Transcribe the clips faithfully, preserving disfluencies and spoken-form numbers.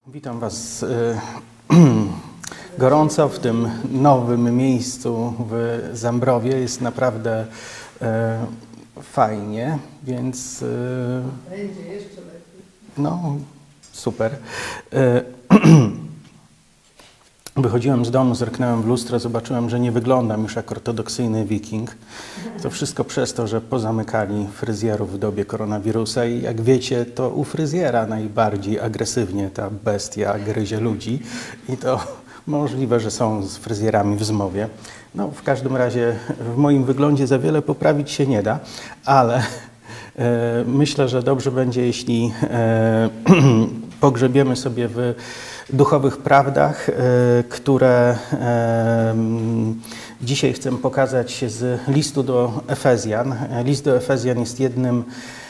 Witam Was y, gorąco w tym nowym miejscu w Zambrowie. Jest naprawdę y, fajnie, więc... Y, Będzie jeszcze lepiej. No, super. Y, Wychodziłem z domu, zerknąłem w lustro, zobaczyłem, że nie wyglądam już jak ortodoksyjny wiking. To wszystko przez to, że pozamykali fryzjerów w dobie koronawirusa i jak wiecie, to u fryzjera najbardziej agresywnie ta bestia gryzie ludzi i to możliwe, że są z fryzjerami w zmowie. No, w każdym razie w moim wyglądzie za wiele poprawić się nie da, ale e, myślę, że dobrze będzie, jeśli e, pogrzebiemy sobie w duchowych prawdach, które dzisiaj chcę pokazać z listu do Efezjan. List do Efezjan jest jednym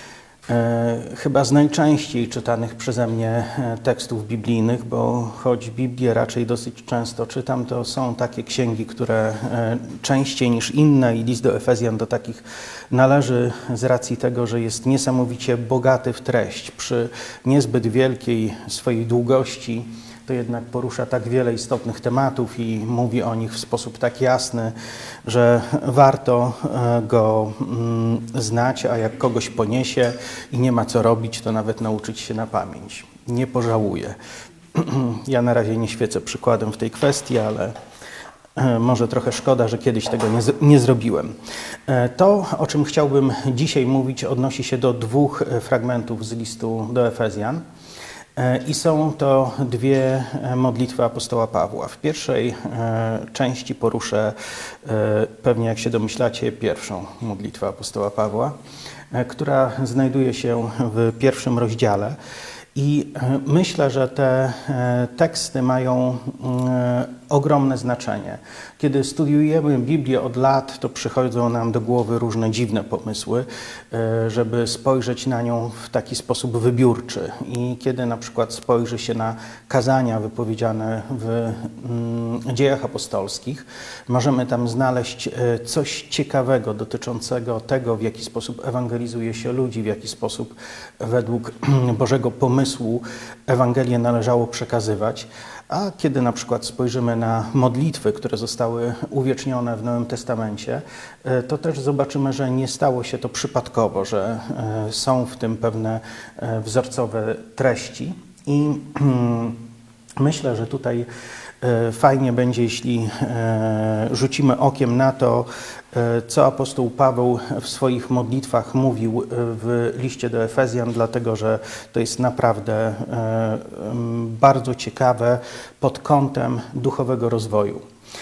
chyba z najczęściej czytanych przeze mnie tekstów biblijnych, bo choć Biblię raczej dosyć często czytam, to są takie księgi, które częściej niż inne i list do Efezjan do takich należy z racji tego, że jest niesamowicie bogaty w treść. Przy niezbyt wielkiej swojej długości to jednak porusza tak wiele istotnych tematów i mówi o nich w sposób tak jasny, że warto go znać, a jak kogoś poniesie i nie ma co robić, to nawet nauczyć się na pamięć. Nie pożałuję. Ja na razie nie świecę przykładem w tej kwestii, ale może trochę szkoda, że kiedyś tego nie, z, nie zrobiłem. To, o czym chciałbym dzisiaj mówić, odnosi się do dwóch fragmentów z listu do Efezjan. I są to dwie modlitwy apostoła Pawła. W pierwszej części poruszę, pewnie jak się domyślacie, pierwszą modlitwę apostoła Pawła, która znajduje się w pierwszym rozdziale. I myślę, że te teksty mają ogromne znaczenie. Kiedy studiujemy Biblię od lat, to przychodzą nam do głowy różne dziwne pomysły, żeby spojrzeć na nią w taki sposób wybiórczy. I kiedy na przykład spojrzy się na kazania wypowiedziane w Dziejach Apostolskich, możemy tam znaleźć coś ciekawego dotyczącego tego, w jaki sposób ewangelizuje się ludzi, w jaki sposób według Bożego pomysłu Ewangelię należało przekazywać. A kiedy na przykład spojrzymy na modlitwy, które zostały uwiecznione w Nowym Testamencie, to też zobaczymy, że nie stało się to przypadkowo, że są w tym pewne wzorcowe treści. I myślę, że tutaj fajnie będzie, jeśli rzucimy okiem na to, co apostoł Paweł w swoich modlitwach mówił w liście do Efezjan, dlatego że to jest naprawdę bardzo ciekawe pod kątem duchowego rozwoju.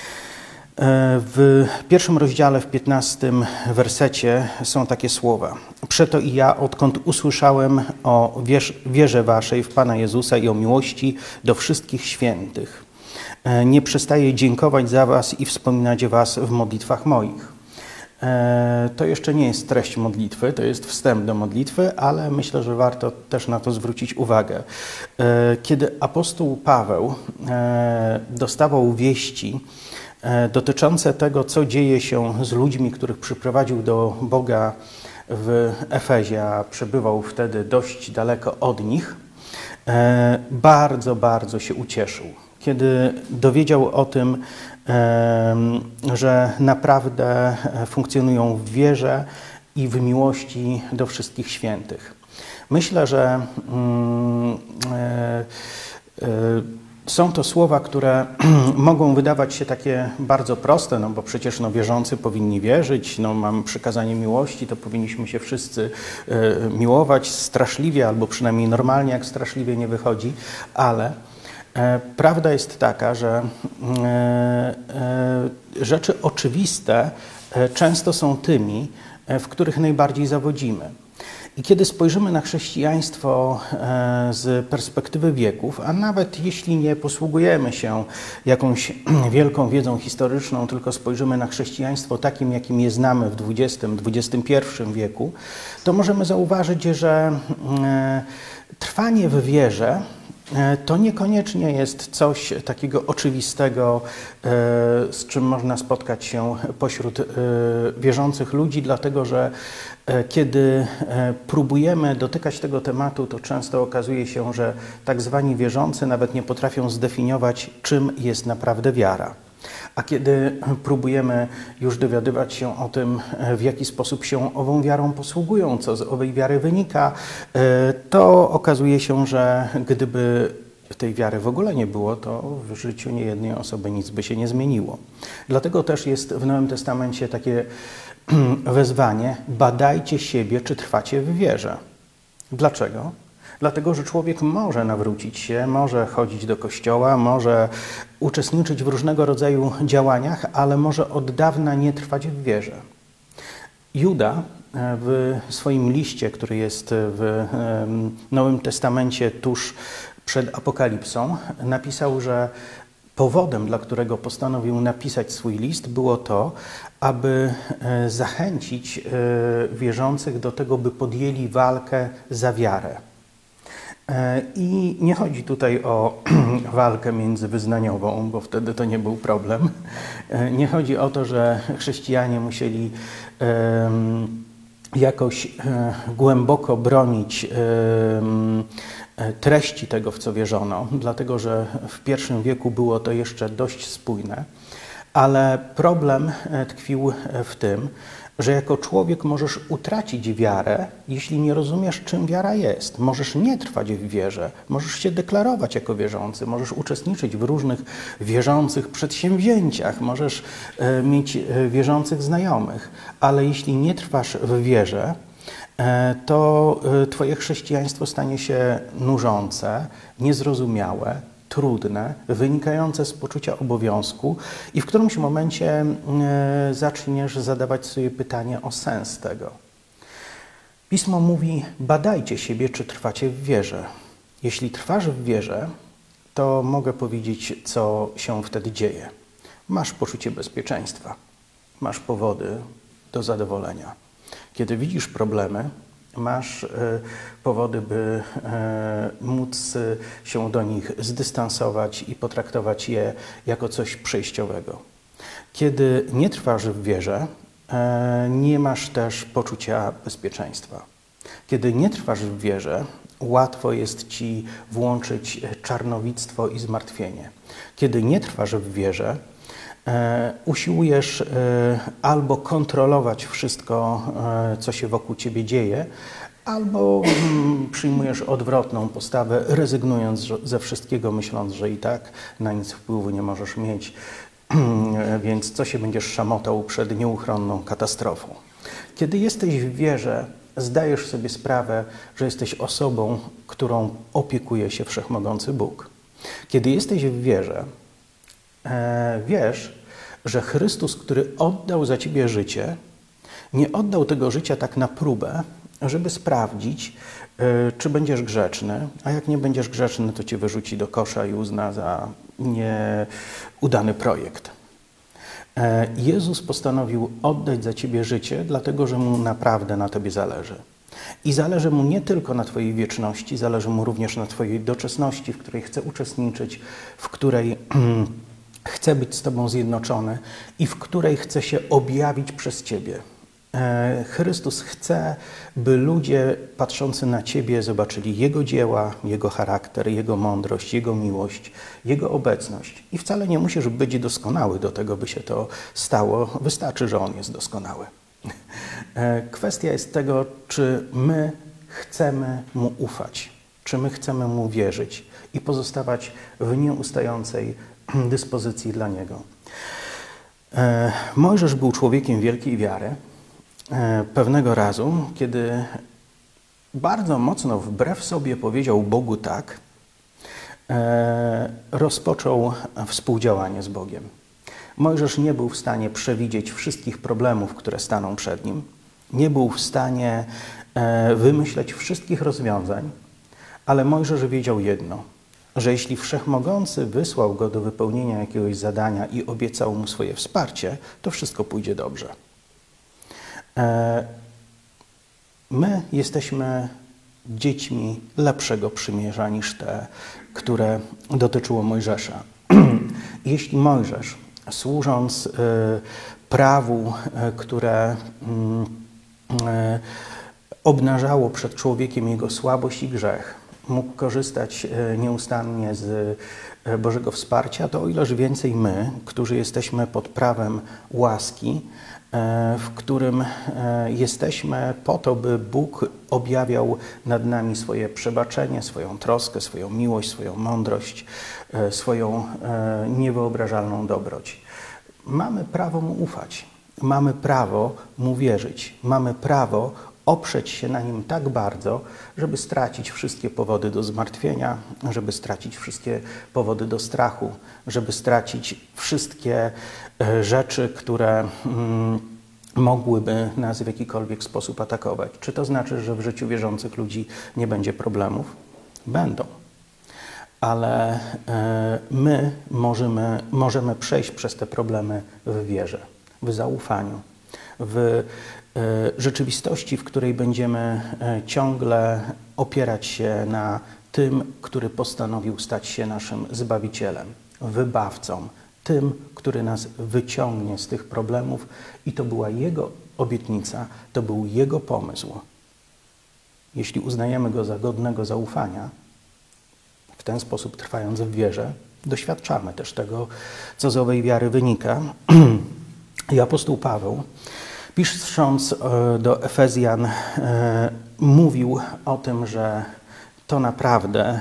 W pierwszym rozdziale, w piętnastym wersecie są takie słowa. Przeto i ja, odkąd usłyszałem o wierze waszej w Pana Jezusa i o miłości do wszystkich świętych, nie przestaję dziękować za was i wspominać was w modlitwach moich. To jeszcze nie jest treść modlitwy, to jest wstęp do modlitwy, ale myślę, że warto też na to zwrócić uwagę. Kiedy apostoł Paweł dostawał wieści dotyczące tego, co dzieje się z ludźmi, których przyprowadził do Boga w Efezie, a przebywał wtedy dość daleko od nich, bardzo, bardzo się ucieszył. Kiedy dowiedział o tym, że naprawdę funkcjonują w wierze i w miłości do wszystkich świętych. Myślę, że są to słowa, które mogą wydawać się takie bardzo proste, no bo przecież no, wierzący powinni wierzyć, no, mamy przykazanie miłości, to powinniśmy się wszyscy miłować straszliwie, albo przynajmniej normalnie, jak straszliwie nie wychodzi, ale prawda jest taka, że rzeczy oczywiste często są tymi, w których najbardziej zawodzimy. I kiedy spojrzymy na chrześcijaństwo z perspektywy wieków, a nawet jeśli nie posługujemy się jakąś wielką wiedzą historyczną, tylko spojrzymy na chrześcijaństwo takim, jakim je znamy w dwudziestym, dwudziestym pierwszym wieku, to możemy zauważyć, że trwanie w wierze to niekoniecznie jest coś takiego oczywistego, z czym można spotkać się pośród wierzących ludzi, dlatego że kiedy próbujemy dotykać tego tematu, to często okazuje się, że tak zwani wierzący nawet nie potrafią zdefiniować, czym jest naprawdę wiara. A kiedy próbujemy już dowiadywać się o tym, w jaki sposób się ową wiarą posługują, co z owej wiary wynika, to okazuje się, że gdyby tej wiary w ogóle nie było, to w życiu niejednej osoby nic by się nie zmieniło. Dlatego też jest w Nowym Testamencie takie wezwanie: badajcie siebie, czy trwacie w wierze. Dlaczego? Dlatego, że człowiek może nawrócić się, może chodzić do kościoła, może uczestniczyć w różnego rodzaju działaniach, ale może od dawna nie trwać w wierze. Juda w swoim liście, który jest w Nowym Testamencie tuż przed Apokalipsą, napisał, że powodem, dla którego postanowił napisać swój list, było to, aby zachęcić wierzących do tego, by podjęli walkę za wiarę. I nie chodzi tutaj o walkę międzywyznaniową, bo wtedy to nie był problem. Nie chodzi o to, że chrześcijanie musieli jakoś głęboko bronić treści tego, w co wierzono, dlatego że w pierwszym wieku było to jeszcze dość spójne, ale problem tkwił w tym, że jako człowiek możesz utracić wiarę, jeśli nie rozumiesz, czym wiara jest. Możesz nie trwać w wierze, możesz się deklarować jako wierzący, możesz uczestniczyć w różnych wierzących przedsięwzięciach, możesz e, mieć e, wierzących znajomych, ale jeśli nie trwasz w wierze, e, to e, twoje chrześcijaństwo stanie się nużące, niezrozumiałe, trudne, wynikające z poczucia obowiązku i w którymś momencie e, zaczniesz zadawać sobie pytanie o sens tego. Pismo mówi: badajcie siebie, czy trwacie w wierze. Jeśli trwasz w wierze, to mogę powiedzieć, co się wtedy dzieje. Masz poczucie bezpieczeństwa, masz powody do zadowolenia. Kiedy widzisz problemy, masz y, powody, by y, móc y, się do nich zdystansować i potraktować je jako coś przejściowego. Kiedy nie trwasz w wierze, y, nie masz też poczucia bezpieczeństwa. Kiedy nie trwasz w wierze, łatwo jest ci włączyć czarnowictwo i zmartwienie. Kiedy nie trwasz w wierze, E, usiłujesz e, albo kontrolować wszystko, e, co się wokół ciebie dzieje, albo mm, przyjmujesz odwrotną postawę, rezygnując ze wszystkiego, myśląc, że i tak na nic wpływu nie możesz mieć, więc co się będziesz szamotał przed nieuchronną katastrofą. Kiedy jesteś w wierze, zdajesz sobie sprawę, że jesteś osobą, którą opiekuje się Wszechmogący Bóg. Kiedy jesteś w wierze, wiesz, że Chrystus, który oddał za ciebie życie, nie oddał tego życia tak na próbę, żeby sprawdzić, czy będziesz grzeczny, a jak nie będziesz grzeczny, to cię wyrzuci do kosza i uzna za nieudany projekt. Jezus postanowił oddać za ciebie życie, dlatego że mu naprawdę na tobie zależy. I zależy mu nie tylko na twojej wieczności, zależy mu również na twojej doczesności, w której chce uczestniczyć, w której chce być z tobą zjednoczony i w której chce się objawić przez ciebie. Chrystus chce, by ludzie patrzący na ciebie zobaczyli Jego dzieła, Jego charakter, Jego mądrość, Jego miłość, Jego obecność. I wcale nie musisz być doskonały do tego, by się to stało. Wystarczy, że On jest doskonały. Kwestia jest tego, czy my chcemy Mu ufać, czy my chcemy Mu wierzyć i pozostawać w nieustającej dyspozycji dla Niego. Mojżesz był człowiekiem wielkiej wiary. Pewnego razu, kiedy bardzo mocno wbrew sobie powiedział Bogu tak, rozpoczął współdziałanie z Bogiem. Mojżesz nie był w stanie przewidzieć wszystkich problemów, które staną przed nim. Nie był w stanie wymyśleć wszystkich rozwiązań, ale Mojżesz wiedział jedno, że jeśli Wszechmogący wysłał go do wypełnienia jakiegoś zadania i obiecał mu swoje wsparcie, to wszystko pójdzie dobrze. My jesteśmy dziećmi lepszego przymierza niż te, które dotyczyło Mojżesza. Jeśli Mojżesz, służąc prawu, które obnażało przed człowiekiem jego słabość i grzech, mógł korzystać nieustannie z Bożego wsparcia, to o ileż więcej my, którzy jesteśmy pod prawem łaski, w którym jesteśmy po to, by Bóg objawiał nad nami swoje przebaczenie, swoją troskę, swoją miłość, swoją mądrość, swoją niewyobrażalną dobroć. Mamy prawo Mu ufać, mamy prawo Mu wierzyć, mamy prawo oprzeć się na Nim tak bardzo, żeby stracić wszystkie powody do zmartwienia, żeby stracić wszystkie powody do strachu, żeby stracić wszystkie rzeczy, które mm, mogłyby nas w jakikolwiek sposób atakować. Czy to znaczy, że w życiu wierzących ludzi nie będzie problemów? Będą. Ale e, my możemy, możemy przejść przez te problemy w wierze, w zaufaniu, w rzeczywistości, w której będziemy ciągle opierać się na tym, który postanowił stać się naszym Zbawicielem, wybawcą, tym, który nas wyciągnie z tych problemów i to była Jego obietnica, to był Jego pomysł. Jeśli uznajemy Go za godnego zaufania, w ten sposób trwając w wierze, doświadczamy też tego, co z owej wiary wynika. I apostoł Paweł, pisząc do Efezjan, mówił o tym, że to naprawdę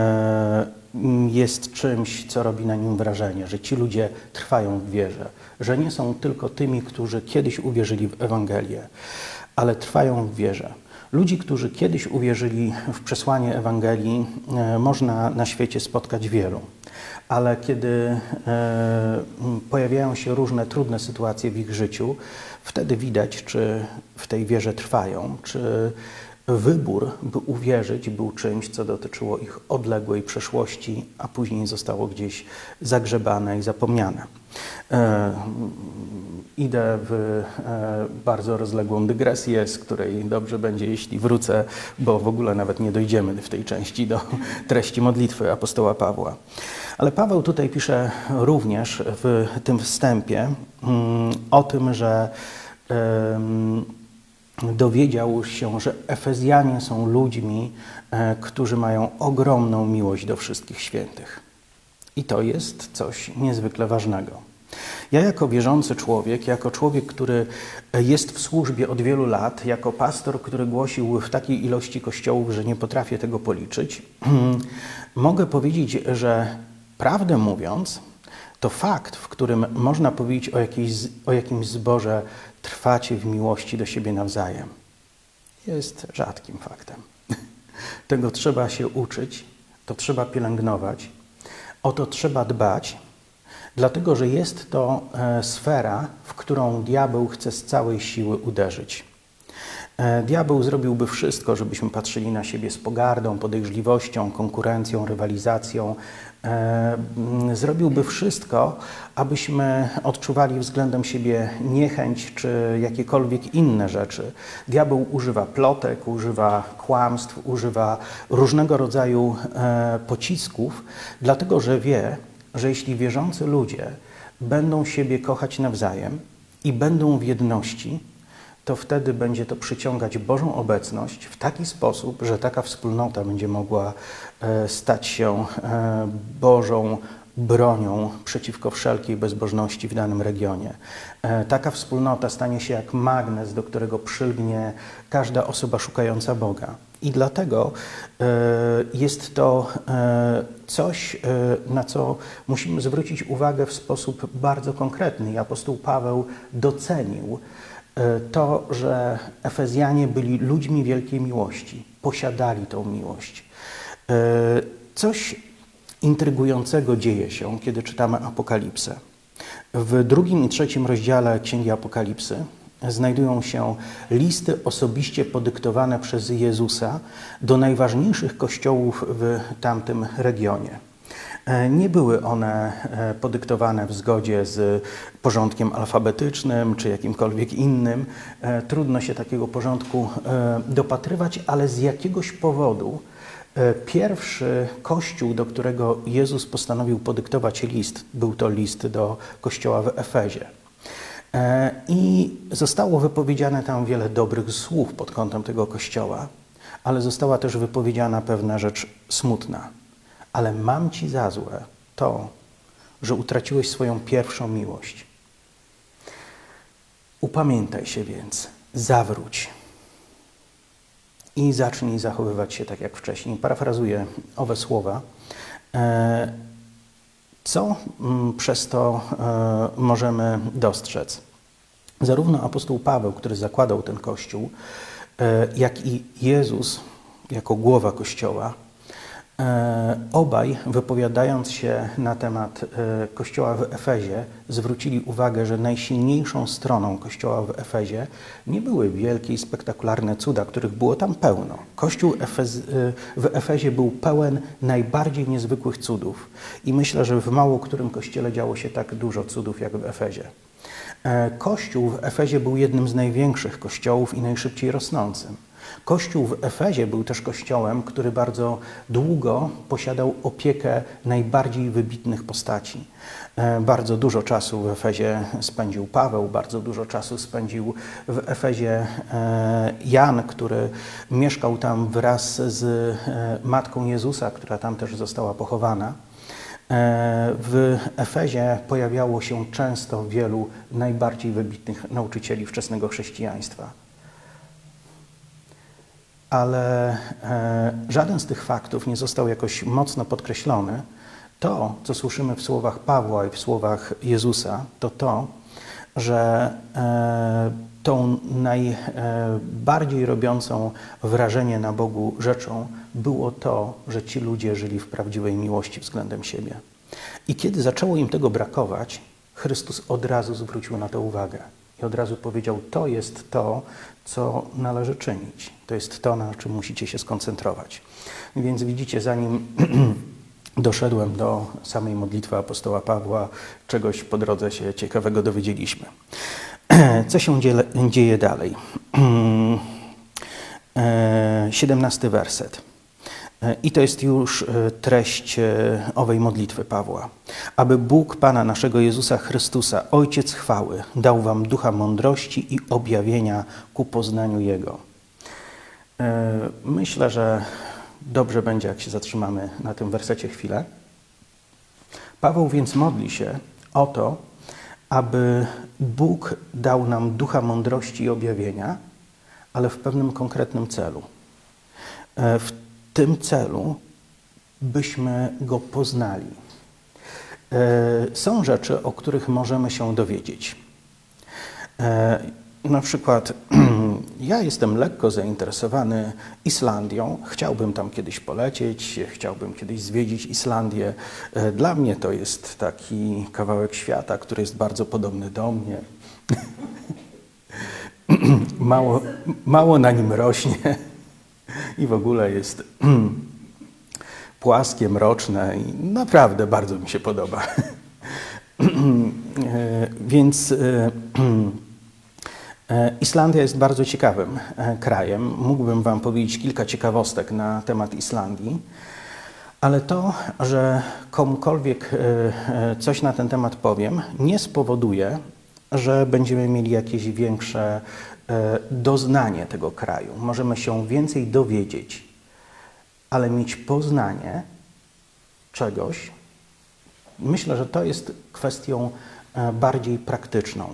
jest czymś, co robi na nim wrażenie, że ci ludzie trwają w wierze, że nie są tylko tymi, którzy kiedyś uwierzyli w Ewangelię, ale trwają w wierze. Ludzi, którzy kiedyś uwierzyli w przesłanie Ewangelii, można na świecie spotkać wielu. Ale kiedy e, pojawiają się różne trudne sytuacje w ich życiu, wtedy widać, czy w tej wierze trwają, czy wybór, by uwierzyć, był czymś, co dotyczyło ich odległej przeszłości, a później zostało gdzieś zagrzebane i zapomniane. E, idę w e, bardzo rozległą dygresję, z której dobrze będzie, jeśli wrócę, bo w ogóle nawet nie dojdziemy w tej części do treści modlitwy apostoła Pawła. Ale Paweł tutaj pisze również w tym wstępie um, o tym, że um, dowiedział się, że Efezjanie są ludźmi, e, którzy mają ogromną miłość do wszystkich świętych. I to jest coś niezwykle ważnego. Ja jako wierzący człowiek, jako człowiek, który jest w służbie od wielu lat, jako pastor, który głosił w takiej ilości kościołów, że nie potrafię tego policzyć, mogę powiedzieć, że prawdę mówiąc, to fakt, w którym można powiedzieć o, jakiejś, o jakimś zborze trwacie w miłości do siebie nawzajem, jest rzadkim faktem. Tego trzeba się uczyć, to trzeba pielęgnować, o to trzeba dbać, dlatego że jest to e, sfera, w którą diabeł chce z całej siły uderzyć. E, diabeł zrobiłby wszystko, żebyśmy patrzyli na siebie z pogardą, podejrzliwością, konkurencją, rywalizacją. E, zrobiłby wszystko, abyśmy odczuwali względem siebie niechęć czy jakiekolwiek inne rzeczy. Diabeł używa plotek, używa kłamstw, używa różnego rodzaju e, pocisków, dlatego że wie, że jeśli wierzący ludzie będą siebie kochać nawzajem i będą w jedności, to wtedy będzie to przyciągać Bożą obecność w taki sposób, że taka wspólnota będzie mogła stać się Bożą bronią przeciwko wszelkiej bezbożności w danym regionie. Taka wspólnota stanie się jak magnes, do którego przylgnie każda osoba szukająca Boga. I dlatego jest to coś, na co musimy zwrócić uwagę w sposób bardzo konkretny. I apostoł Paweł docenił to, że Efezjanie byli ludźmi wielkiej miłości, posiadali tą miłość. Coś intrygującego dzieje się, kiedy czytamy Apokalipsę. W drugim i trzecim rozdziale Księgi Apokalipsy znajdują się listy osobiście podyktowane przez Jezusa do najważniejszych kościołów w tamtym regionie. Nie były one podyktowane w zgodzie z porządkiem alfabetycznym czy jakimkolwiek innym. Trudno się takiego porządku dopatrywać, ale z jakiegoś powodu Pierwszy kościół, do którego Jezus postanowił podyktować list, był to list do kościoła w Efezie. I zostało wypowiedziane tam wiele dobrych słów pod kątem tego kościoła, ale została też wypowiedziana pewna rzecz smutna. Ale mam ci za złe to, że utraciłeś swoją pierwszą miłość. Upamiętaj się więc, zawróć i zacznij zachowywać się tak jak wcześniej. Parafrazuję owe słowa. Co przez to możemy dostrzec? Zarówno apostoł Paweł, który zakładał ten Kościół, jak i Jezus jako głowa Kościoła, obaj, wypowiadając się na temat Kościoła w Efezie, zwrócili uwagę, że najsilniejszą stroną Kościoła w Efezie nie były wielkie i spektakularne cuda, których było tam pełno. Kościół Efez, w Efezie był pełen najbardziej niezwykłych cudów i myślę, że w mało którym kościele działo się tak dużo cudów jak w Efezie. Kościół w Efezie był jednym z największych kościołów i najszybciej rosnącym. Kościół w Efezie był też kościołem, który bardzo długo posiadał opiekę najbardziej wybitnych postaci. Bardzo dużo czasu w Efezie spędził Paweł, bardzo dużo czasu spędził w Efezie Jan, który mieszkał tam wraz z matką Jezusa, która tam też została pochowana. W Efezie pojawiało się często wielu najbardziej wybitnych nauczycieli wczesnego chrześcijaństwa. Ale żaden z tych faktów nie został jakoś mocno podkreślony. To, co słyszymy w słowach Pawła i w słowach Jezusa, to to, że tą najbardziej robiącą wrażenie na Bogu rzeczą było to, że ci ludzie żyli w prawdziwej miłości względem siebie. I kiedy zaczęło im tego brakować, Chrystus od razu zwrócił na to uwagę. I od razu powiedział, to jest to, co należy czynić. To jest to, na czym musicie się skoncentrować. Więc widzicie, zanim doszedłem do samej modlitwy apostoła Pawła, czegoś po drodze się ciekawego dowiedzieliśmy. Co się dzieje dalej? siedemnasty werset. I to jest już treść owej modlitwy Pawła. Aby Bóg Pana naszego Jezusa Chrystusa, Ojciec chwały, dał wam ducha mądrości i objawienia ku poznaniu Jego. Myślę, że dobrze będzie, jak się zatrzymamy na tym wersecie chwilę. Paweł więc modli się o to, aby Bóg dał nam ducha mądrości i objawienia, ale w pewnym konkretnym celu. W tym celu, byśmy Go poznali. Są rzeczy, o których możemy się dowiedzieć. Na przykład ja jestem lekko zainteresowany Islandią, chciałbym tam kiedyś polecieć, chciałbym kiedyś zwiedzić Islandię. Dla mnie to jest taki kawałek świata, który jest bardzo podobny do mnie. Mało, mało na nim rośnie i w ogóle jest płaskie, mroczne i naprawdę bardzo mi się podoba. Więc Islandia jest bardzo ciekawym krajem. Mógłbym wam powiedzieć kilka ciekawostek na temat Islandii, ale to, że komukolwiek coś na ten temat powiem, nie spowoduje, że będziemy mieli jakieś większe doznanie tego kraju. Możemy się więcej dowiedzieć, ale mieć poznanie czegoś, myślę, że to jest kwestią bardziej praktyczną.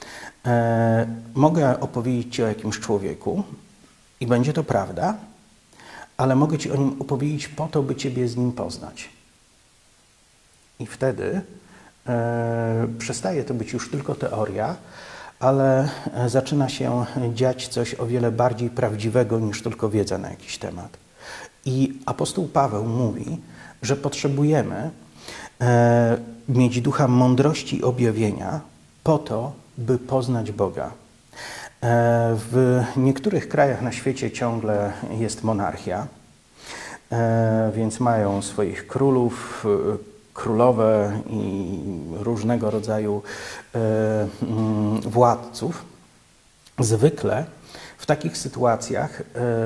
Mogę opowiedzieć ci o jakimś człowieku i będzie to prawda, ale mogę ci o nim opowiedzieć po to, by ciebie z nim poznać. I wtedy e, przestaje to być już tylko teoria, ale zaczyna się dziać coś o wiele bardziej prawdziwego niż tylko wiedza na jakiś temat. I apostoł Paweł mówi, że potrzebujemy e, mieć ducha mądrości i objawienia po to, by poznać Boga. W niektórych krajach na świecie ciągle jest monarchia, więc mają swoich królów, królowe i różnego rodzaju władców. Zwykle W takich sytuacjach,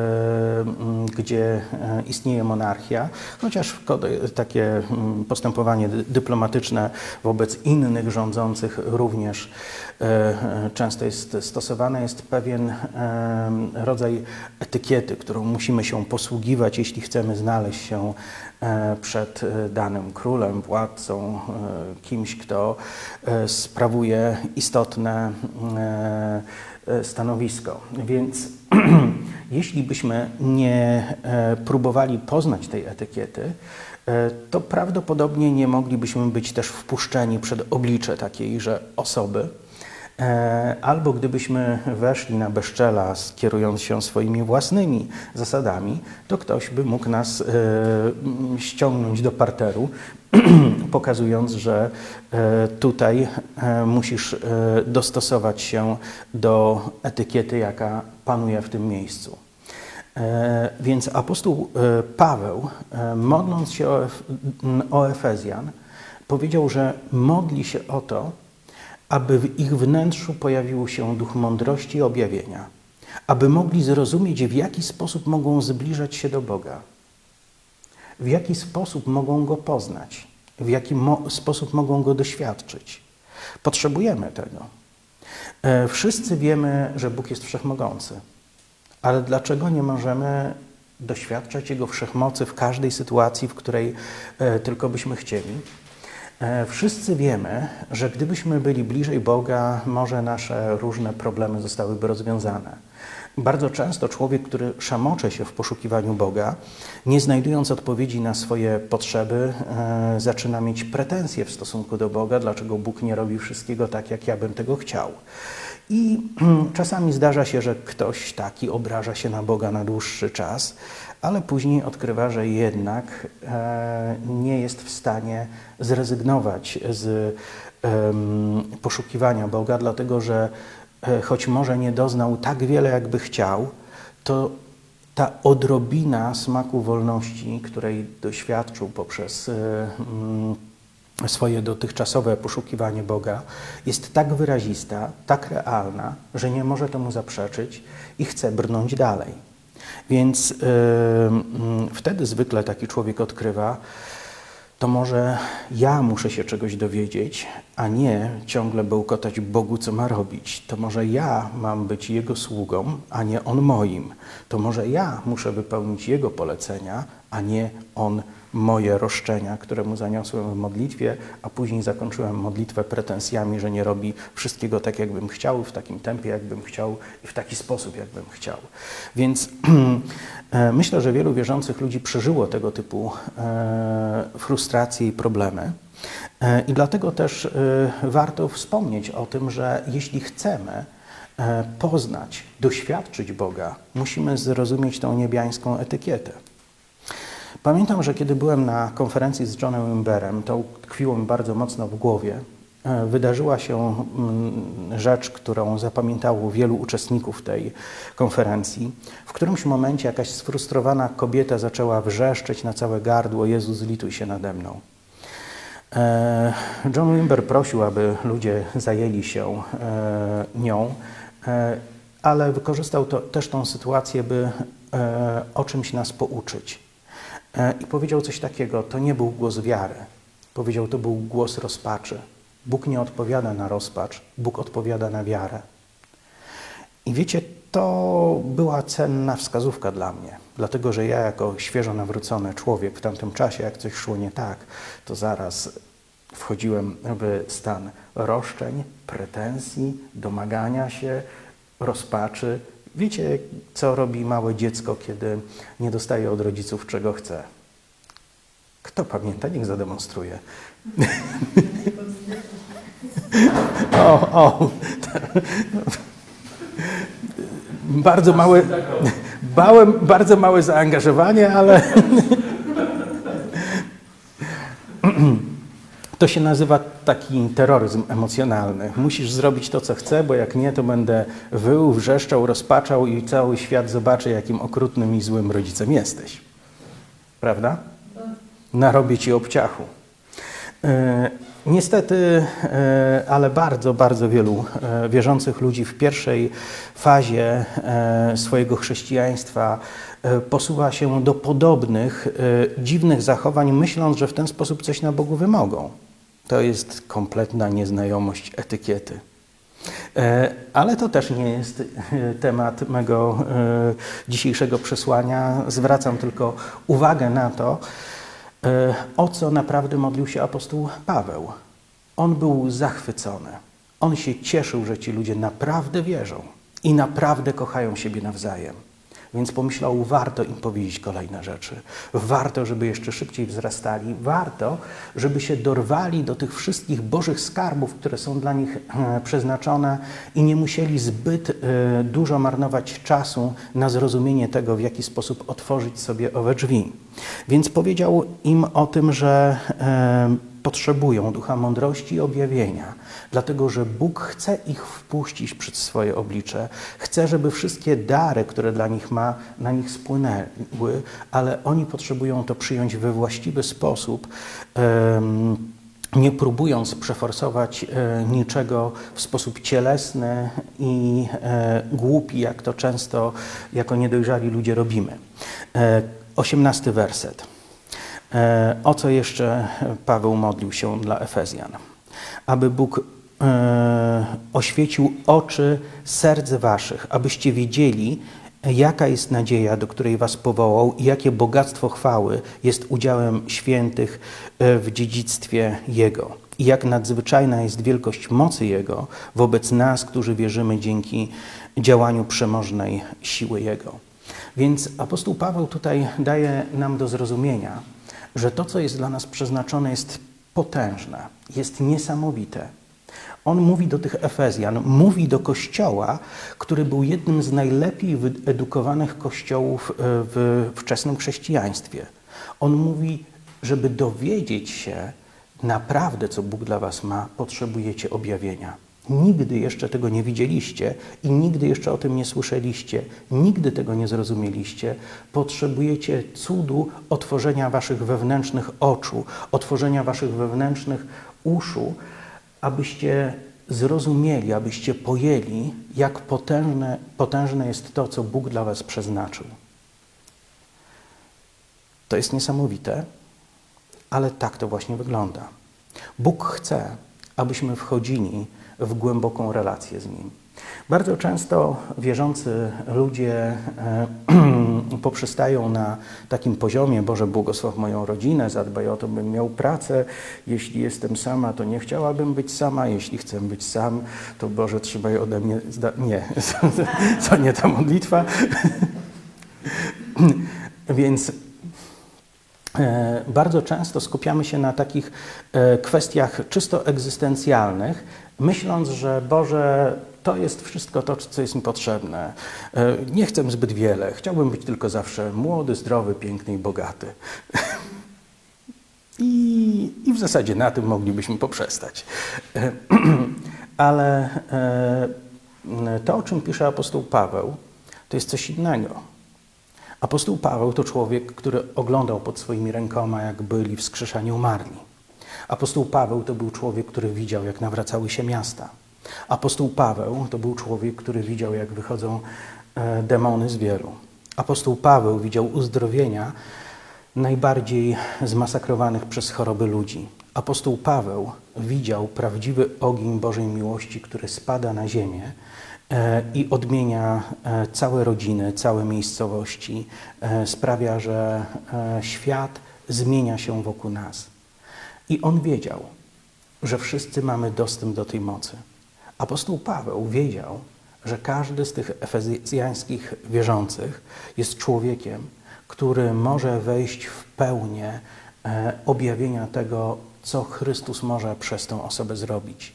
gdzie istnieje monarchia, chociaż takie postępowanie dyplomatyczne wobec innych rządzących również często jest stosowane, jest pewien rodzaj etykiety, którą musimy się posługiwać, jeśli chcemy znaleźć się przed danym królem, władcą, kimś, kto sprawuje istotne stanowisko. Więc jeśli byśmy nie próbowali poznać tej etykiety, to prawdopodobnie nie moglibyśmy być też wpuszczeni przed oblicze takiejże osoby, albo gdybyśmy weszli na bezczela, kierując się swoimi własnymi zasadami, to ktoś by mógł nas ściągnąć do parteru, pokazując, że tutaj musisz dostosować się do etykiety, jaka panuje w tym miejscu. Więc apostoł Paweł, modląc się o, o Efezjan, powiedział, że modli się o to, aby w ich wnętrzu pojawił się duch mądrości i objawienia, aby mogli zrozumieć, w jaki sposób mogą zbliżać się do Boga, w jaki sposób mogą Go poznać, w jaki mo- sposób mogą Go doświadczyć. Potrzebujemy tego. E, wszyscy wiemy, że Bóg jest wszechmogący, ale dlaczego nie możemy doświadczać Jego wszechmocy w każdej sytuacji, w której e, tylko byśmy chcieli? E, wszyscy wiemy, że gdybyśmy byli bliżej Boga, może nasze różne problemy zostałyby rozwiązane. Bardzo często człowiek, który szamocze się w poszukiwaniu Boga, nie znajdując odpowiedzi na swoje potrzeby, e, zaczyna mieć pretensje w stosunku do Boga, dlaczego Bóg nie robi wszystkiego tak, jak ja bym tego chciał. I czasami zdarza się, że ktoś taki obraża się na Boga na dłuższy czas, ale później odkrywa, że jednak e, nie jest w stanie zrezygnować z e, poszukiwania Boga, dlatego że e, choć może nie doznał tak wiele, jakby chciał, to ta odrobina smaku wolności, której doświadczył poprzez e, m, swoje dotychczasowe poszukiwanie Boga, jest tak wyrazista, tak realna, że nie może temu zaprzeczyć i chce brnąć dalej. Więc yy, yy, wtedy zwykle taki człowiek odkrywa, to może ja muszę się czegoś dowiedzieć, a nie ciągle bełkotać Bogu, co ma robić. To może ja mam być Jego sługą, a nie On moim. To może ja muszę wypełnić Jego polecenia, a nie On moje roszczenia, które Mu zaniosłem w modlitwie, a później zakończyłem modlitwę pretensjami, że nie robi wszystkiego tak, jakbym chciał, w takim tempie, jakbym chciał i w taki sposób, jakbym chciał. Więc myślę, że wielu wierzących ludzi przeżyło tego typu e, frustracje i problemy. E, I dlatego też e, warto wspomnieć o tym, że jeśli chcemy e, poznać, doświadczyć Boga, musimy zrozumieć tą niebiańską etykietę. Pamiętam, że kiedy byłem na konferencji z Johnem Wimberem, to tkwiło mi bardzo mocno w głowie. Wydarzyła się rzecz, którą zapamiętało wielu uczestników tej konferencji. W którymś momencie jakaś sfrustrowana kobieta zaczęła wrzeszczeć na całe gardło: Jezu, zlituj się nade mną. John Wimber prosił, aby ludzie zajęli się nią, ale wykorzystał to, też tą sytuację, by o czymś nas pouczyć. I powiedział coś takiego: to nie był głos wiary. Powiedział, to był głos rozpaczy. Bóg nie odpowiada na rozpacz, Bóg odpowiada na wiarę. I wiecie, to była cenna wskazówka dla mnie, dlatego że ja jako świeżo nawrócony człowiek w tamtym czasie, jak coś szło nie tak, to zaraz wchodziłem w stan roszczeń, pretensji, domagania się, rozpaczy. Wiecie, co robi małe dziecko, kiedy nie dostaje od rodziców, czego chce? Kto pamięta? Niech zademonstruje. o, o. Bardzo małe, bałem, bardzo małe zaangażowanie, ale to się nazywa taki terroryzm emocjonalny. Musisz zrobić to, co chcę, bo jak nie, to będę wył, wrzeszczał, rozpaczał i cały świat zobaczy, jakim okrutnym i złym rodzicem jesteś. Prawda? Narobię ci obciachu. E, niestety, e, ale bardzo, bardzo wielu e, wierzących ludzi w pierwszej fazie e, swojego chrześcijaństwa e, posuwa się do podobnych, e, dziwnych zachowań, myśląc, że w ten sposób coś na Bogu wymogą. To jest kompletna nieznajomość etykiety. E, ale to też nie jest e, temat mego e, dzisiejszego przesłania. Zwracam tylko uwagę na to, o co naprawdę modlił się apostoł Paweł. On był zachwycony. On się cieszył, że ci ludzie naprawdę wierzą i naprawdę kochają siebie nawzajem. Więc pomyślał, warto im powiedzieć kolejne rzeczy. Warto, żeby jeszcze szybciej wzrastali. Warto, żeby się dorwali do tych wszystkich bożych skarbów, które są dla nich e, przeznaczone i nie musieli zbyt e, dużo marnować czasu na zrozumienie tego, w jaki sposób otworzyć sobie owe drzwi. Więc powiedział im o tym, że e, potrzebują ducha mądrości i objawienia, dlatego że Bóg chce ich wpuścić przed swoje oblicze, chce, żeby wszystkie dary, które dla nich ma, na nich spłynęły, ale oni potrzebują to przyjąć we właściwy sposób, um, nie próbując przeforsować e, niczego w sposób cielesny i e, głupi, jak to często jako niedojrzali ludzie robimy. E, osiemnasty werset. O co jeszcze Paweł modlił się dla Efezjan? Aby Bóg e, oświecił oczy serc waszych, abyście wiedzieli, jaka jest nadzieja, do której was powołał i jakie bogactwo chwały jest udziałem świętych w dziedzictwie Jego. I jak nadzwyczajna jest wielkość mocy Jego wobec nas, którzy wierzymy dzięki działaniu przemożnej siły Jego. Więc apostoł Paweł tutaj daje nam do zrozumienia, że to, co jest dla nas przeznaczone, jest potężne, jest niesamowite. On mówi do tych Efezjan, mówi do Kościoła, który był jednym z najlepiej wyedukowanych kościołów w wczesnym chrześcijaństwie. On mówi, żeby dowiedzieć się naprawdę, co Bóg dla was ma, potrzebujecie objawienia. Nigdy jeszcze tego nie widzieliście i nigdy jeszcze o tym nie słyszeliście, nigdy tego nie zrozumieliście. Potrzebujecie cudu otworzenia waszych wewnętrznych oczu, otworzenia waszych wewnętrznych uszu, abyście zrozumieli, abyście pojęli, jak potężne, potężne jest to, co Bóg dla was przeznaczył. To jest niesamowite, ale tak to właśnie wygląda. Bóg chce, abyśmy wchodzili w głęboką relację z Nim. Bardzo często wierzący ludzie e, poprzestają na takim poziomie: Boże, błogosław moją rodzinę, zadbaj o to, bym miał pracę. Jeśli jestem sama, to nie chciałabym być sama. Jeśli chcę być sam, to Boże, trzymaj ode mnie... Zda- nie, to nie ta modlitwa. Więc e, bardzo często skupiamy się na takich e, kwestiach czysto egzystencjalnych, myśląc, że Boże, to jest wszystko to, co jest mi potrzebne. Nie chcę zbyt wiele. Chciałbym być tylko zawsze młody, zdrowy, piękny i bogaty. I, i w zasadzie na tym moglibyśmy poprzestać. Ale to, o czym pisze apostoł Paweł, to jest coś innego. Apostoł Paweł to człowiek, który oglądał pod swoimi rękoma, jak byli wskrzeszani umarli. Apostoł Paweł to był człowiek, który widział, jak nawracały się miasta. Apostoł Paweł to był człowiek, który widział, jak wychodzą e, demony z wielu. Apostoł Paweł widział uzdrowienia najbardziej zmasakrowanych przez choroby ludzi. Apostoł Paweł widział prawdziwy ogień Bożej miłości, który spada na ziemię e, i odmienia e, całe rodziny, całe miejscowości. E, sprawia, że e, świat zmienia się wokół nas. I on wiedział, że wszyscy mamy dostęp do tej mocy. Apostoł Paweł wiedział, że każdy z tych efezjańskich wierzących jest człowiekiem, który może wejść w pełnię e, objawienia tego, co Chrystus może przez tę osobę zrobić.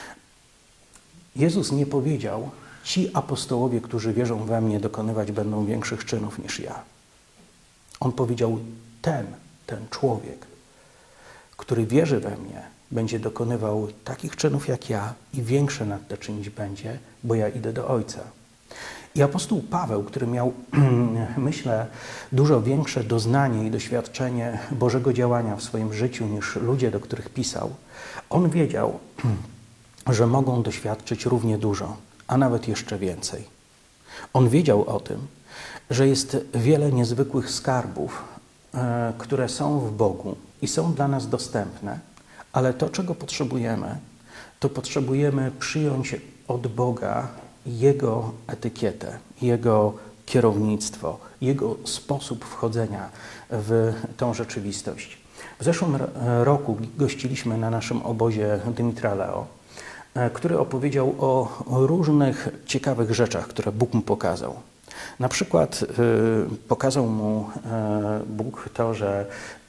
Jezus nie powiedział: ci apostołowie, którzy wierzą we mnie, dokonywać będą większych czynów niż ja. On powiedział: ten, ten człowiek, który wierzy we mnie, będzie dokonywał takich czynów jak ja i większe nad te czynić będzie, bo ja idę do Ojca. I apostoł Paweł, który miał, myślę, dużo większe doznanie i doświadczenie Bożego działania w swoim życiu niż ludzie, do których pisał, on wiedział, że mogą doświadczyć równie dużo, a nawet jeszcze więcej. On wiedział o tym, że jest wiele niezwykłych skarbów, e, które są w Bogu i są dla nas dostępne, ale to, czego potrzebujemy, to potrzebujemy przyjąć od Boga Jego etykietę, Jego kierownictwo, Jego sposób wchodzenia w tą rzeczywistość. W zeszłym roku gościliśmy na naszym obozie Dymitra Leo, który opowiedział o różnych ciekawych rzeczach, które Bóg mu pokazał. Na przykład y, pokazał mu y, Bóg to, że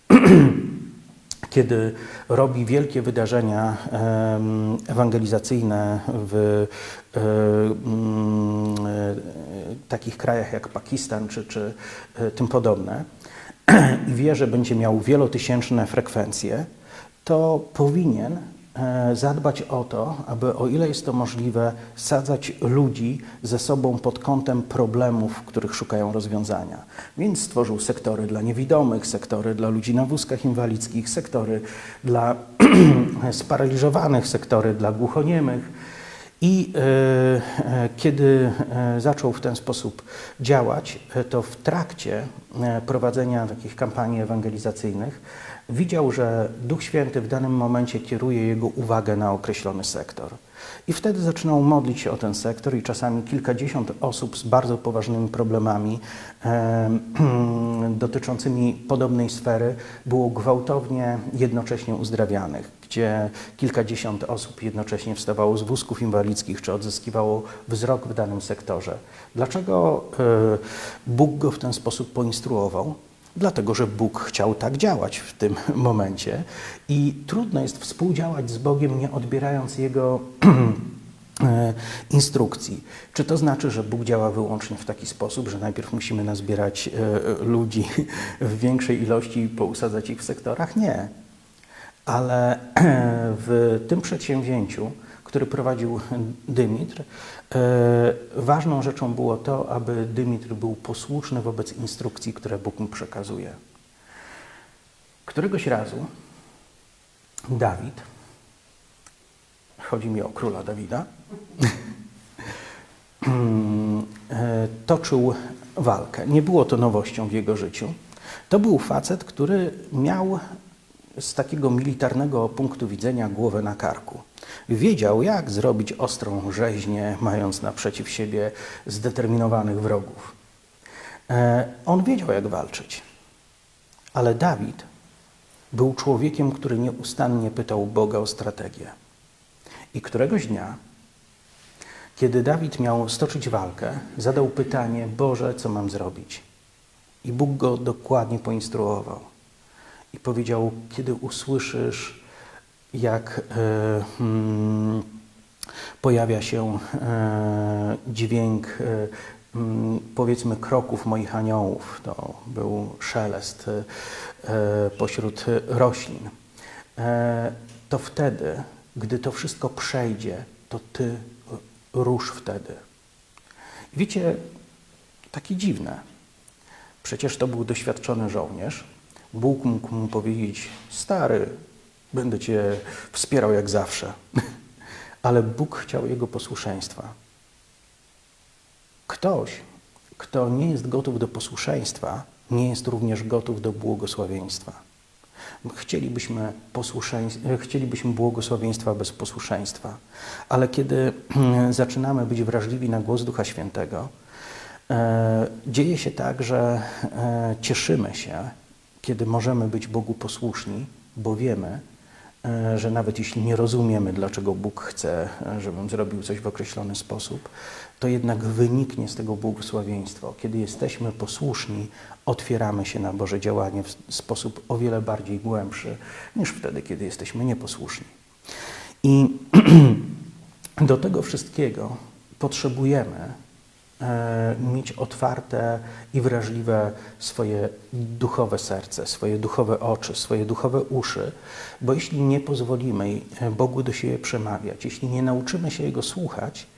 kiedy robi wielkie wydarzenia y, ewangelizacyjne w y, y, takich krajach jak Pakistan czy, czy y, tym podobne i wie, że będzie miał wielotysięczne frekwencje, to powinien zadbać o to, aby o ile jest to możliwe, sadzać ludzi ze sobą pod kątem problemów, w których szukają rozwiązania. Więc stworzył sektory dla niewidomych, sektory dla ludzi na wózkach inwalidzkich, sektory dla sparaliżowanych, sektory dla głuchoniemych. I e, kiedy e, zaczął w ten sposób działać, to w trakcie e, prowadzenia takich kampanii ewangelizacyjnych widział, że Duch Święty w danym momencie kieruje jego uwagę na określony sektor. I wtedy zaczynał modlić się o ten sektor i czasami kilkadziesiąt osób z bardzo poważnymi problemami e, dotyczącymi podobnej sfery było gwałtownie jednocześnie uzdrawianych, gdzie kilkadziesiąt osób jednocześnie wstawało z wózków inwalidzkich czy odzyskiwało wzrok w danym sektorze. Dlaczego e, Bóg go w ten sposób poinstruował? Dlatego, że Bóg chciał tak działać w tym momencie i trudno jest współdziałać z Bogiem, nie odbierając Jego instrukcji. Czy to znaczy, że Bóg działa wyłącznie w taki sposób, że najpierw musimy nazbierać ludzi w większej ilości i pousadzać ich w sektorach? Nie. Ale w tym przedsięwzięciu, który prowadził Dymitr, ważną rzeczą było to, aby Dymitr był posłuszny wobec instrukcji, które Bóg mu przekazuje. Któregoś razu Dawid, chodzi mi o króla Dawida, toczył walkę. Nie było to nowością w jego życiu. To był facet, który miał z takiego militarnego punktu widzenia głowę na karku. Wiedział, jak zrobić ostrą rzeźnię, mając naprzeciw siebie zdeterminowanych wrogów. On wiedział, jak walczyć. Ale Dawid był człowiekiem, który nieustannie pytał Boga o strategię. I któregoś dnia, kiedy Dawid miał stoczyć walkę, zadał pytanie: Boże, co mam zrobić? I Bóg go dokładnie poinstruował. I powiedział: kiedy usłyszysz, jak e, hmm, pojawia się e, dźwięk, e, hmm, powiedzmy, kroków moich aniołów, to był szelest e, pośród roślin, e, to wtedy, gdy to wszystko przejdzie, to Ty rusz wtedy. Wiecie, takie dziwne. Przecież to był doświadczony żołnierz. Bóg mógł mu powiedzieć: stary, będę Cię wspierał jak zawsze. Ale Bóg chciał jego posłuszeństwa. Ktoś, kto nie jest gotów do posłuszeństwa, nie jest również gotów do błogosławieństwa. Chcielibyśmy, chcielibyśmy błogosławieństwa bez posłuszeństwa, ale kiedy zaczynamy być wrażliwi na głos Ducha Świętego, e, dzieje się tak, że e, cieszymy się, kiedy możemy być Bogu posłuszni, bo wiemy, e, że nawet jeśli nie rozumiemy, dlaczego Bóg chce, żebym zrobił coś w określony sposób, to jednak wyniknie z tego błogosławieństwo. Kiedy jesteśmy posłuszni, otwieramy się na Boże działanie w sposób o wiele bardziej głębszy niż wtedy, kiedy jesteśmy nieposłuszni. I do tego wszystkiego potrzebujemy e, mieć otwarte i wrażliwe swoje duchowe serce, swoje duchowe oczy, swoje duchowe uszy, bo jeśli nie pozwolimy Bogu do siebie przemawiać, jeśli nie nauczymy się Jego słuchać,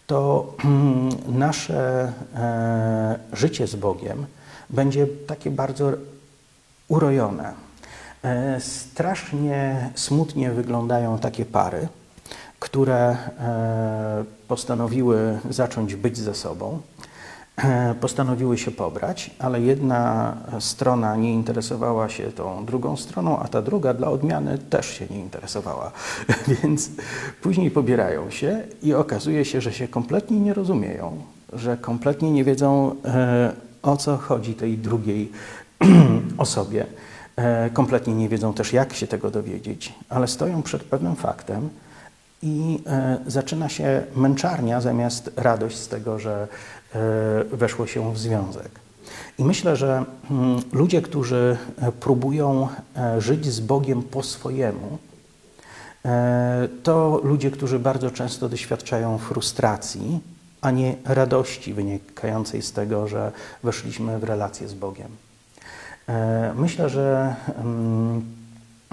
to nasze e, życie z Bogiem będzie takie bardzo urojone. E, strasznie smutnie wyglądają takie pary, które e, postanowiły zacząć być ze sobą, e, postanowiły się pobrać, ale jedna strona nie interesowała się tą drugą stroną, a ta druga dla odmiany też się nie interesowała. Więc później pobierają się i okazuje się, że się kompletnie nie rozumieją, że kompletnie nie wiedzą, e, o co chodzi tej drugiej osobie. E, kompletnie nie wiedzą też, jak się tego dowiedzieć, ale stoją przed pewnym faktem, i e, zaczyna się męczarnia zamiast radość z tego, że e, weszło się w związek. I myślę, że mm, ludzie, którzy próbują e, żyć z Bogiem po swojemu, e, to ludzie, którzy bardzo często doświadczają frustracji, a nie radości wynikającej z tego, że weszliśmy w relację z Bogiem. E, myślę, że mm,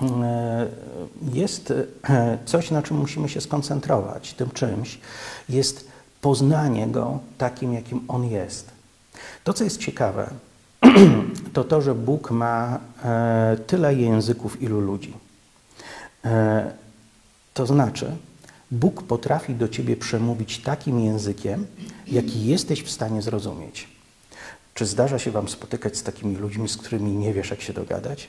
jest coś, na czym musimy się skoncentrować. Tym czymś jest poznanie Go takim, jakim On jest. To, co jest ciekawe, to to, że Bóg ma tyle języków, ilu ludzi. To znaczy, Bóg potrafi do ciebie przemówić takim językiem, jaki jesteś w stanie zrozumieć. Czy zdarza się wam spotykać z takimi ludźmi, z którymi nie wiesz, jak się dogadać?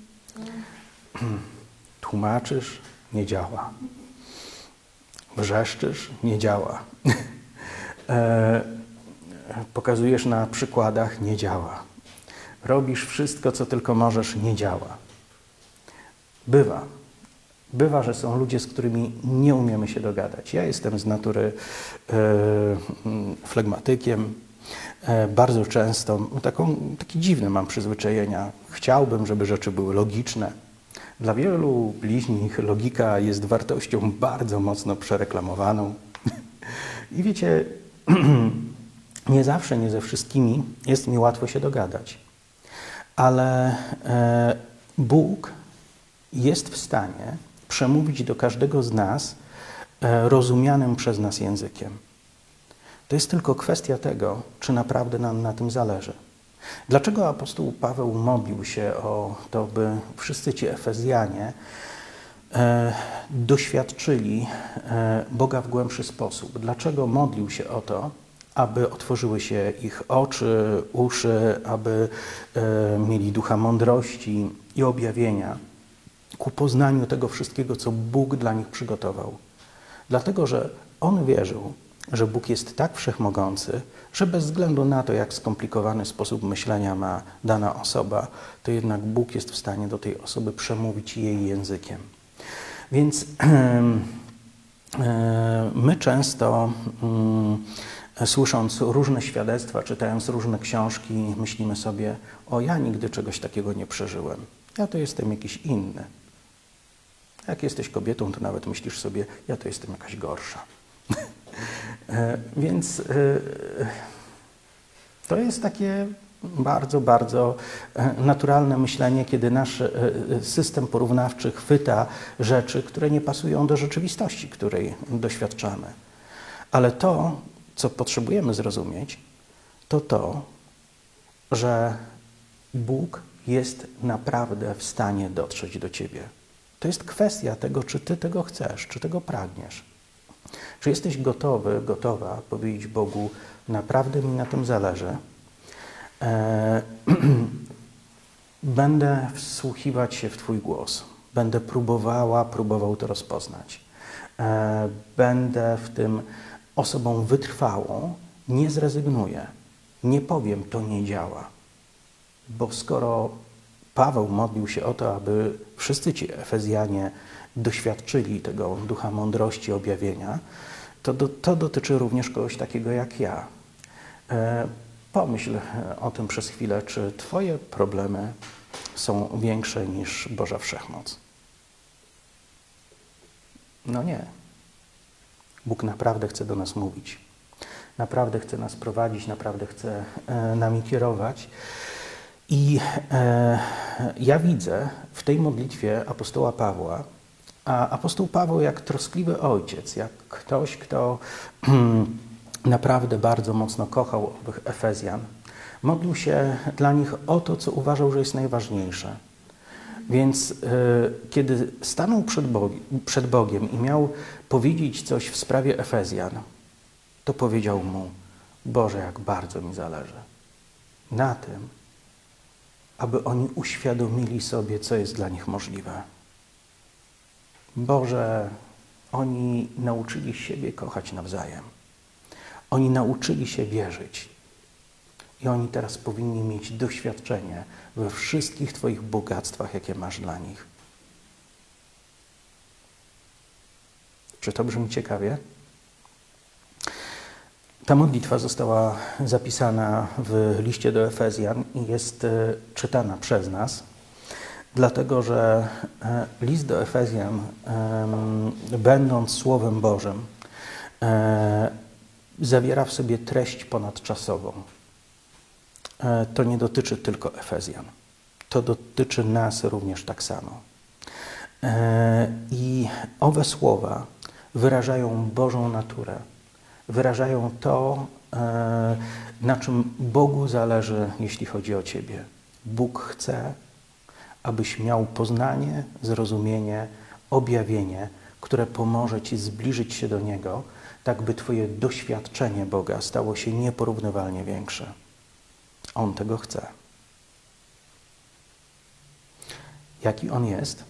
Tłumaczysz, nie działa. Wrzeszczysz, nie działa. e, pokazujesz na przykładach, nie działa. Robisz wszystko, co tylko możesz, nie działa. Bywa. Bywa, że są ludzie, z którymi nie umiemy się dogadać. Ja jestem z natury e, flegmatykiem. E, bardzo często, taką, takie dziwne mam przyzwyczajenia. Chciałbym, żeby rzeczy były logiczne. Dla wielu bliźnich logika jest wartością bardzo mocno przereklamowaną. I wiecie, nie zawsze, nie ze wszystkimi jest mi łatwo się dogadać. Ale e, Bóg jest w stanie przemówić do każdego z nas e, rozumianym przez nas językiem. To jest tylko kwestia tego, czy naprawdę nam na tym zależy. Dlaczego apostoł Paweł modlił się o to, by wszyscy ci Efezjanie e, doświadczyli e, Boga w głębszy sposób? Dlaczego modlił się o to, aby otworzyły się ich oczy, uszy, aby e, mieli ducha mądrości i objawienia ku poznaniu tego wszystkiego, co Bóg dla nich przygotował? Dlatego, że on wierzył, że Bóg jest tak wszechmogący, że bez względu na to, jak skomplikowany sposób myślenia ma dana osoba, to jednak Bóg jest w stanie do tej osoby przemówić jej językiem. Więc my często, słysząc różne świadectwa, czytając różne książki, myślimy sobie: o, ja nigdy czegoś takiego nie przeżyłem. Ja to jestem jakiś inny. Jak jesteś kobietą, to nawet myślisz sobie: ja to jestem jakaś gorsza. Więc to jest takie bardzo, bardzo naturalne myślenie, kiedy nasz system porównawczy chwyta rzeczy, które nie pasują do rzeczywistości, której doświadczamy. Ale to, co potrzebujemy zrozumieć, to to, że Bóg jest naprawdę w stanie dotrzeć do ciebie. To jest kwestia tego, czy ty tego chcesz, czy tego pragniesz. Czy jesteś gotowy, gotowa powiedzieć Bogu: naprawdę mi na tym zależy, e, będę wsłuchiwać się w Twój głos, będę próbowała, próbował to rozpoznać, e, będę w tym osobą wytrwałą, nie zrezygnuję, nie powiem: to nie działa. Bo skoro Paweł modlił się o to, aby wszyscy ci Efezjanie doświadczyli tego ducha mądrości, objawienia, to, do, to dotyczy również kogoś takiego jak ja. E, pomyśl o tym przez chwilę, czy twoje problemy są większe niż Boża Wszechmoc. No nie. Bóg naprawdę chce do nas mówić. Naprawdę chce nas prowadzić, naprawdę chce e, nami kierować. I e, ja widzę w tej modlitwie apostoła Pawła, a apostoł Paweł jak troskliwy ojciec, jak ktoś, kto naprawdę bardzo mocno kochał owych Efezjan. Modlił się dla nich o to, co uważał, że jest najważniejsze. Więc y, kiedy stanął przed, Bogi, przed Bogiem i miał powiedzieć coś w sprawie Efezjan, to powiedział mu: Boże, jak bardzo mi zależy na tym, aby oni uświadomili sobie, co jest dla nich możliwe. Boże, oni nauczyli siebie kochać nawzajem. Oni nauczyli się wierzyć. I oni teraz powinni mieć doświadczenie we wszystkich Twoich bogactwach, jakie masz dla nich. Czy to brzmi ciekawie? Ta modlitwa została zapisana w liście do Efezjan i jest czytana przez nas, dlatego że list do Efezjan, będąc Słowem Bożym, zawiera w sobie treść ponadczasową. To nie dotyczy tylko Efezjan. To dotyczy nas również tak samo. I owe słowa wyrażają Bożą naturę. Wyrażają to, na czym Bogu zależy, jeśli chodzi o Ciebie. Bóg chce, abyś miał poznanie, zrozumienie, objawienie, które pomoże Ci zbliżyć się do Niego, tak by Twoje doświadczenie Boga stało się nieporównywalnie większe. On tego chce. Jaki On jest?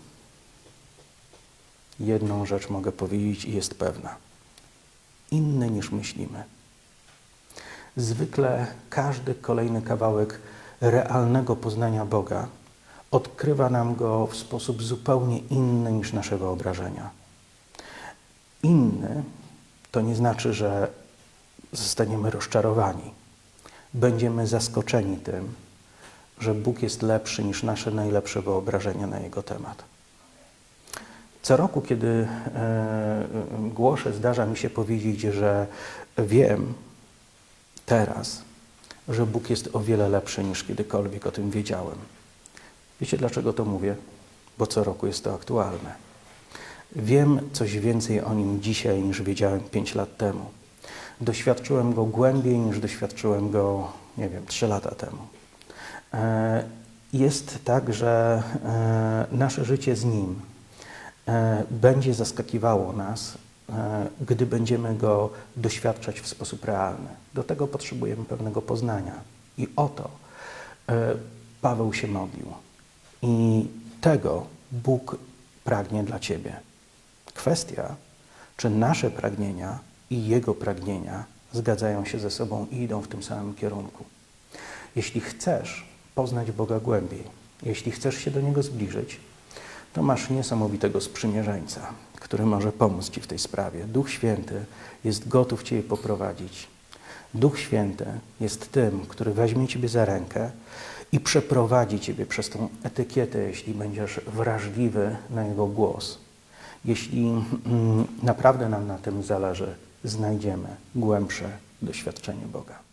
Jedną rzecz mogę powiedzieć i jest pewna. Inny niż myślimy. Zwykle każdy kolejny kawałek realnego poznania Boga odkrywa nam Go w sposób zupełnie inny niż nasze wyobrażenia. Inny to nie znaczy, że zostaniemy rozczarowani. Będziemy zaskoczeni tym, że Bóg jest lepszy niż nasze najlepsze wyobrażenia na Jego temat. Co roku, kiedy e, głoszę, zdarza mi się powiedzieć, że wiem teraz, że Bóg jest o wiele lepszy niż kiedykolwiek o tym wiedziałem. Wiecie, dlaczego to mówię? Bo co roku jest to aktualne. Wiem coś więcej o Nim dzisiaj, niż wiedziałem pięć lat temu. Doświadczyłem Go głębiej, niż doświadczyłem Go, nie wiem, trzy lata temu. E, jest tak, że e, nasze życie z Nim e, będzie zaskakiwało nas, e, gdy będziemy Go doświadczać w sposób realny. Do tego potrzebujemy pewnego poznania. I o to e, Paweł się modlił. I tego Bóg pragnie dla Ciebie. Kwestia, czy nasze pragnienia i Jego pragnienia zgadzają się ze sobą i idą w tym samym kierunku. Jeśli chcesz poznać Boga głębiej, jeśli chcesz się do Niego zbliżyć, to masz niesamowitego sprzymierzeńca, który może pomóc Ci w tej sprawie. Duch Święty jest gotów Cię poprowadzić. Duch Święty jest tym, który weźmie Ciebie za rękę i przeprowadzi Ciebie przez tą etykietę, jeśli będziesz wrażliwy na Jego głos. Jeśli mm, naprawdę nam na tym zależy, znajdziemy głębsze doświadczenie Boga.